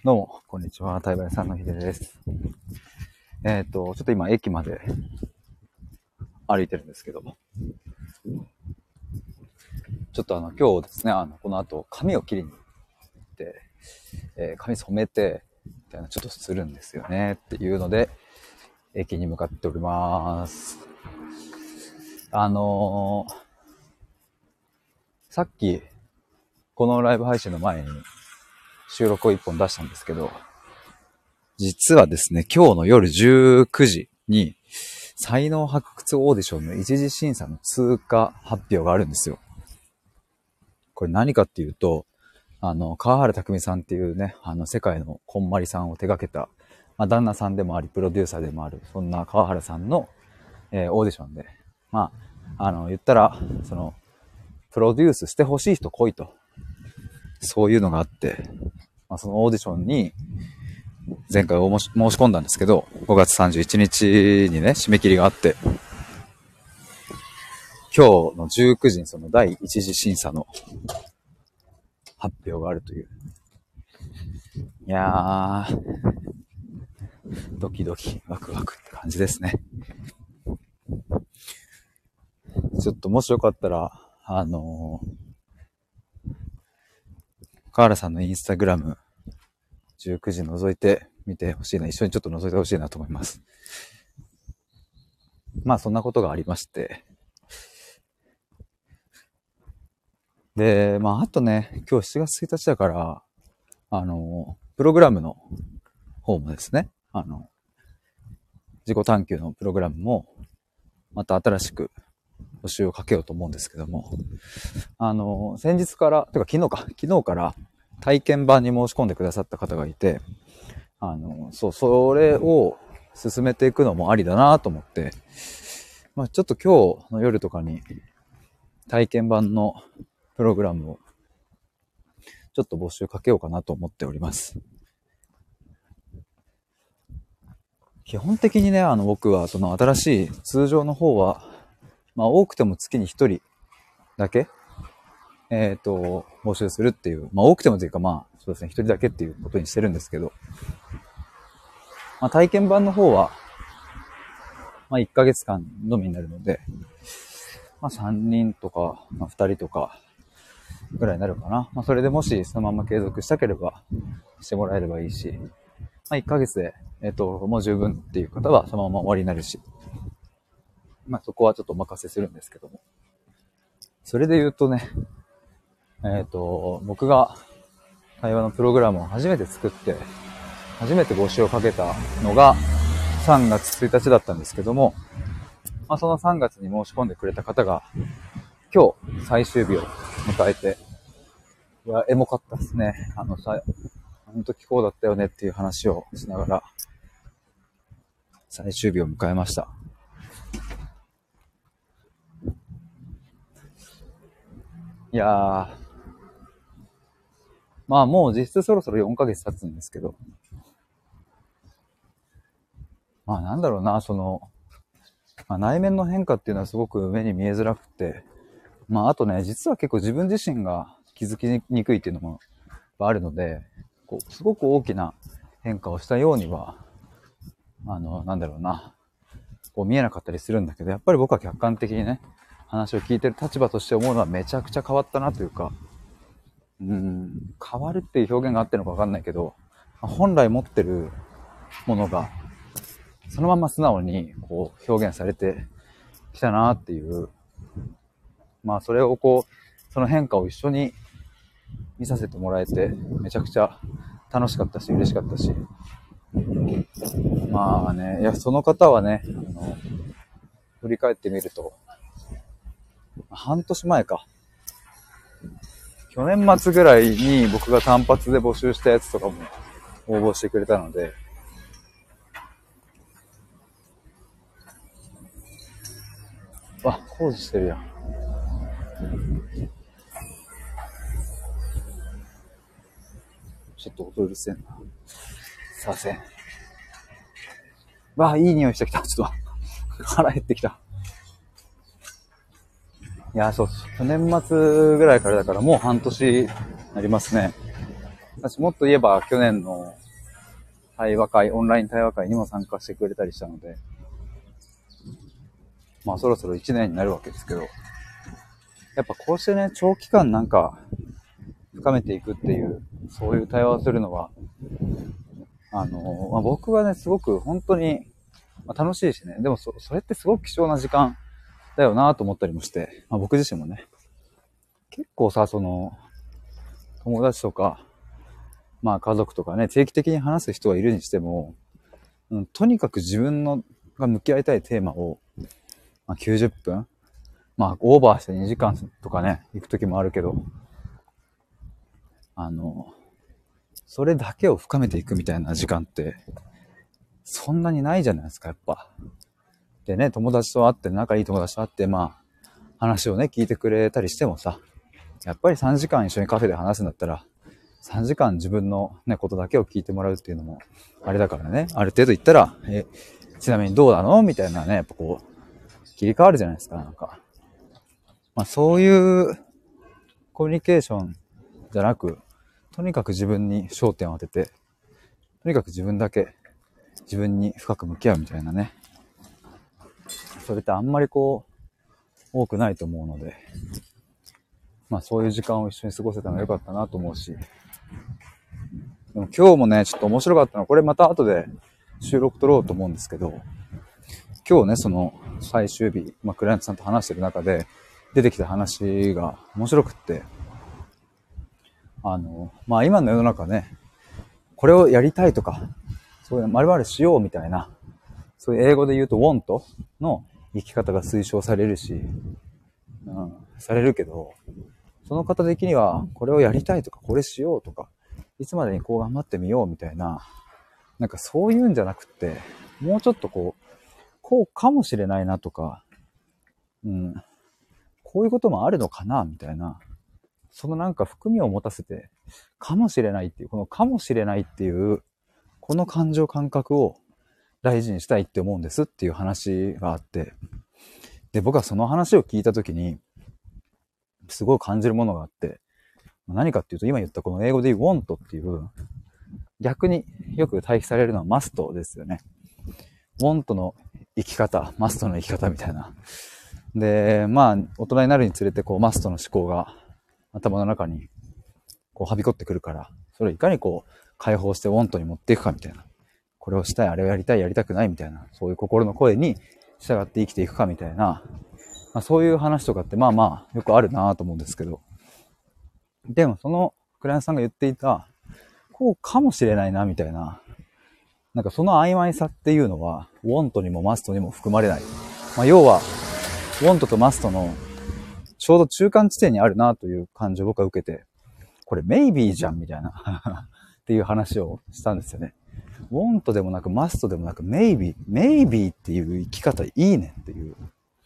どうも、こんにちは。対馬屋さんのひでです。ちょっと今駅まで歩いてるんですけども、ちょっと今日ですね、この後髪を切りに行って、髪染めて、みたいなちょっとするんですよねっていうので、駅に向かっております。さっき、このライブ配信の前に収録を1本出したんですけど、実はですね、今日の夜19時に才能発掘オーディションの一次審査の通過発表があるんですよ。これ何かっていうと、川原拓実さんっていうね、世界のこんまりさんを手掛けた、旦那さんでもあり、プロデューサーでもある、そんな川原さんの、オーディションで、言ったら、プロデュースしてほしい人来いと。そういうのがあって、そのオーディションに、前回申し込んだんですけど、5月31日にね、締め切りがあって、今日の19時にその第一次審査の発表があるという。いやー、ドキドキ、ワクワクって感じですね。ちょっともしよかったら、河原さんのインスタグラム、19時覗いてみてほしいな。一緒にちょっと覗いてほしいなと思います。そんなことがありまして。で、あとね、今日7月1日だから、プログラムの方もですね、自己探求のプログラムも、また新しく募集をかけようと思うんですけども、先日から、昨日から体験版に申し込んでくださった方がいて、それを進めていくのもありだなと思って、ちょっと今日の夜とかに体験版のプログラムをちょっと募集かけようかなと思っております。基本的にね、僕はその新しい通常の方は、多くても月に1人だけ、募集するっていう、多くてもというかそうですね、1人だけっていうことにしてるんですけど、体験版の方は、1ヶ月間のみになるので、3人とか、2人とか、ぐらいになるかな。それでもしそのまま継続したければ、してもらえればいいし、1ヶ月で、もう十分っていう方はそのまま終わりになるし、そこはちょっとお任せするんですけども。それで言うとね、僕が会話のプログラムを初めて作って、初めて募集をかけたのが3月1日だったんですけども、その3月に申し込んでくれた方が、今日最終日を迎えて、いや、エモかったですね。あの時こうだったよねっていう話をしながら、最終日を迎えました。いやー、もう実質そろそろ4ヶ月経つんですけど、なんだろうな、内面の変化っていうのはすごく目に見えづらくて、あとね、実は結構自分自身が気づきにくいっていうのもあるので、すごく大きな変化をしたようには、なんだろうな、見えなかったりするんだけど、やっぱり僕は客観的にね、話を聞いてる立場として思うのはめちゃくちゃ変わったなというか、変わるっていう表現があってるのかわかんないけど、本来持ってるものが、そのまま素直に表現されてきたなっていう、それをその変化を一緒に見させてもらえて、めちゃくちゃ楽しかったし、嬉しかったし。いや、その方はね、振り返ってみると、半年前か。去年末ぐらいに僕が単発で募集したやつとかも応募してくれたので、工事してるやん。ちょっと音うるせえな。すいません。いい匂いしてきた。ちょっと腹減ってきた。いや、そう、去年末ぐらいからだからもう半年になりますね。 私もっと言えば去年の対話会、オンライン対話会にも参加してくれたりしたので、まあそろそろ1年になるわけですけど、やっぱこうしてね、長期間なんか深めていくっていう、そういう対話をするのは、僕はね、すごく本当に、楽しいしね、でもそれってすごく貴重な時間だよなと思ったりもして、僕自身もね、結構さ、友達とか、家族とかね、定期的に話す人がいるにしても、とにかく自分のが向き合いたいテーマを、90分、オーバーして2時間とかね、行く時もあるけど、それだけを深めていくみたいな時間って、そんなにないじゃないですか、やっぱ。でね、友達と会って、仲いい友達と会って、話をね、聞いてくれたりしてもさ、やっぱり3時間一緒にカフェで話すんだったら、3時間自分のね、ことだけを聞いてもらうっていうのも、あれだからね、ある程度言ったら、ちなみにどうなのみたいなね、やっぱこう、切り替わるじゃないですか、なんか。そういうコミュニケーションじゃなく、とにかく自分に焦点を当てて、とにかく自分だけ自分に深く向き合うみたいなね。それってあんまり多くないと思うので、そういう時間を一緒に過ごせたのは良かったなと思うし、でも今日もね、ちょっと面白かったのは、これまた後で収録撮ろうと思うんですけど、今日ね、その最終日、クライアントさんと話してる中で出てきた話が面白くって、今の世の中ね、これをやりたいとか、そういう〇〇しようみたいな、そういう英語で言うと want の生き方が推奨されるし、されるけど、その方的にはこれをやりたいとか、これしようとか、いつまでにこう頑張ってみようみたいな、なんかそういうんじゃなくって、もうちょっとこうかもしれないなとか、こういうこともあるのかなみたいな、そのなんか含みを持たせて、かもしれないっていう、このかもしれないっていう、この感情感覚を大事にしたいって思うんですっていう話があって、で、僕はその話を聞いたときに、すごい感じるものがあって、何かっていうと、今言ったこの英語で言う want っていう、逆によく対比されるのは must ですよね。want の生き方、must の生き方みたいな。で、大人になるにつれてmust の思考が頭の中にはびこってくるから、それをいかに解放して want に持っていくかみたいな。これをしたい、あれをやりたい、やりたくないみたいな、そういう心の声に従って生きていくかみたいな、そういう話とかってよくあるなと思うんですけど、でもそのクライアントさんが言っていた、こうかもしれないなみたいな、なんかその曖昧さっていうのは、want にも must にも含まれない。要は、want と must のちょうど中間地点にあるなという感じを僕は受けて、これ maybe じゃんみたいなっていう話をしたんですよね。want でもなく must でもなく maybe っていう生き方いいねっていう。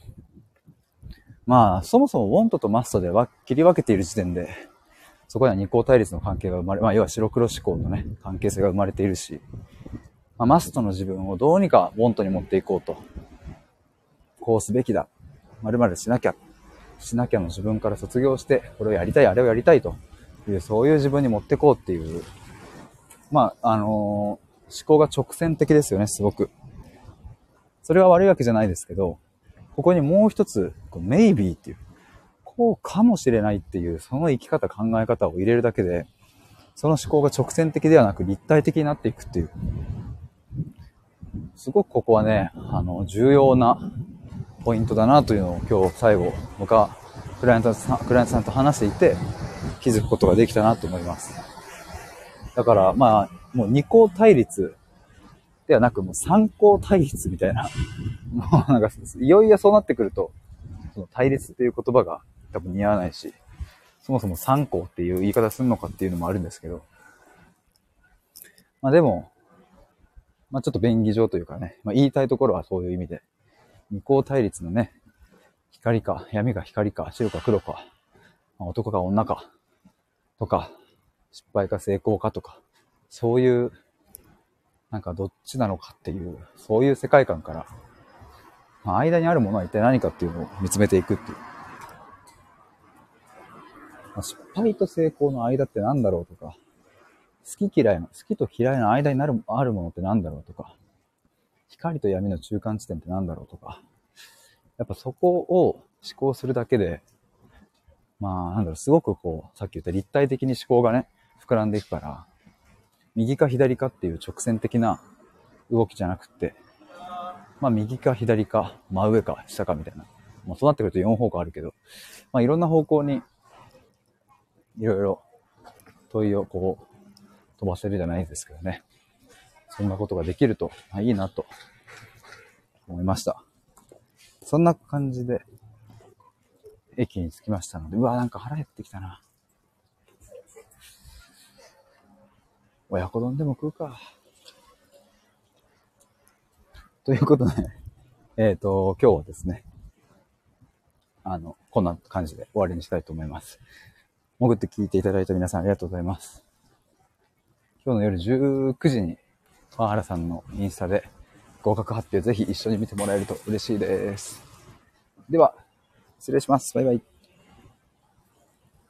そもそも want と must で切り分けている時点で、そこには二項対立の関係が生まれ、要は白黒思考のね、関係性が生まれているし、must の自分をどうにか want に持っていこうと。こうすべきだ。〇〇しなきゃの自分から卒業して、これをやりたい、あれをやりたいという、そういう自分に持っていこうっていう、思考が直線的ですよね、すごく。それは悪いわけじゃないですけど、ここにもう一つ、maybe っていう、こうかもしれないっていう、その生き方、考え方を入れるだけで、その思考が直線的ではなく立体的になっていくっていう。すごくここはね、重要なポイントだなというのを今日最後、僕はクライアントさんと話していて気づくことができたなと思います。だからもう二項対立ではなくもう三項対立みたいな。もうなんかいよいよそうなってくると、その対立っていう言葉が多分似合わないし、そもそも三項っていう言い方するのかっていうのもあるんですけど、でも、ちょっと便宜上というかね、言いたいところはそういう意味で、二項対立のね、光か闇か光か白か黒か、男か女かとか、失敗か成功かとか、そういうなんかどっちなのかっていう、そういう世界観から、間にあるものは一体何かっていうのを見つめていくっていう。失敗と成功の間って何だろうとか、 好きと嫌いの間にあるものってなんだろうとか、光と闇の中間地点ってなんだろうとか、やっぱそこを思考するだけで、まあ、なんだろう、すごくこう、さっき言った立体的に思考がね、膨らんでいくから、右か左かっていう直線的な動きじゃなくって、まあ、右か左か、真上か下かみたいな。まあ、そうなってくると4方向あるけど、まあ、いろんな方向に、いろいろ問いをこう、飛ばせるじゃないですけどね。そんなことができると、まあ、いいなと思いました。そんな感じで、駅に着きましたので、うわ、なんか腹減ってきたな。親子丼でも食うか。ということで、今日はですね、こんな感じで終わりにしたいと思います。潜って聞いていただいた皆さんありがとうございます。今日の夜19時に、川原さんのインスタで合格発表ぜひ一緒に見てもらえると嬉しいです。では、失礼します。バイバイ。